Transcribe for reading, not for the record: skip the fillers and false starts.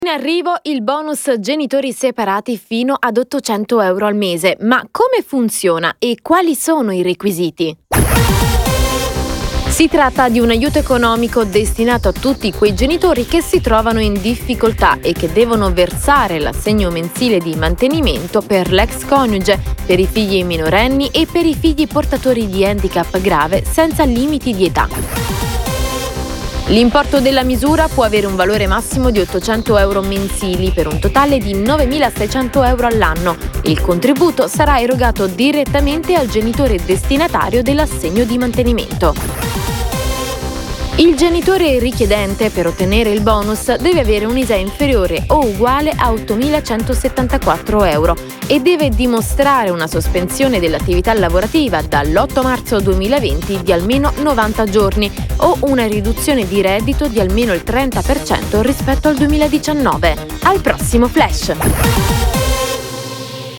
In arrivo il bonus genitori separati fino ad 800 euro al mese. Ma come funziona e quali sono i requisiti? Si tratta di un aiuto economico destinato a tutti quei genitori che si trovano in difficoltà e che devono versare l'assegno mensile di mantenimento per l'ex coniuge, per i figli minorenni e per i figli portatori di handicap grave senza limiti di età. L'importo della misura può avere un valore massimo di 800 euro mensili per un totale di 9.600 euro all'anno. Il contributo sarà erogato direttamente al genitore destinatario dell'assegno di mantenimento. Il genitore richiedente per ottenere il bonus deve avere un ISEE inferiore o uguale a 8.174 euro e deve dimostrare una sospensione dell'attività lavorativa dall'8 marzo 2020 di almeno 90 giorni o una riduzione di reddito di almeno il 30% rispetto al 2019. Al prossimo flash!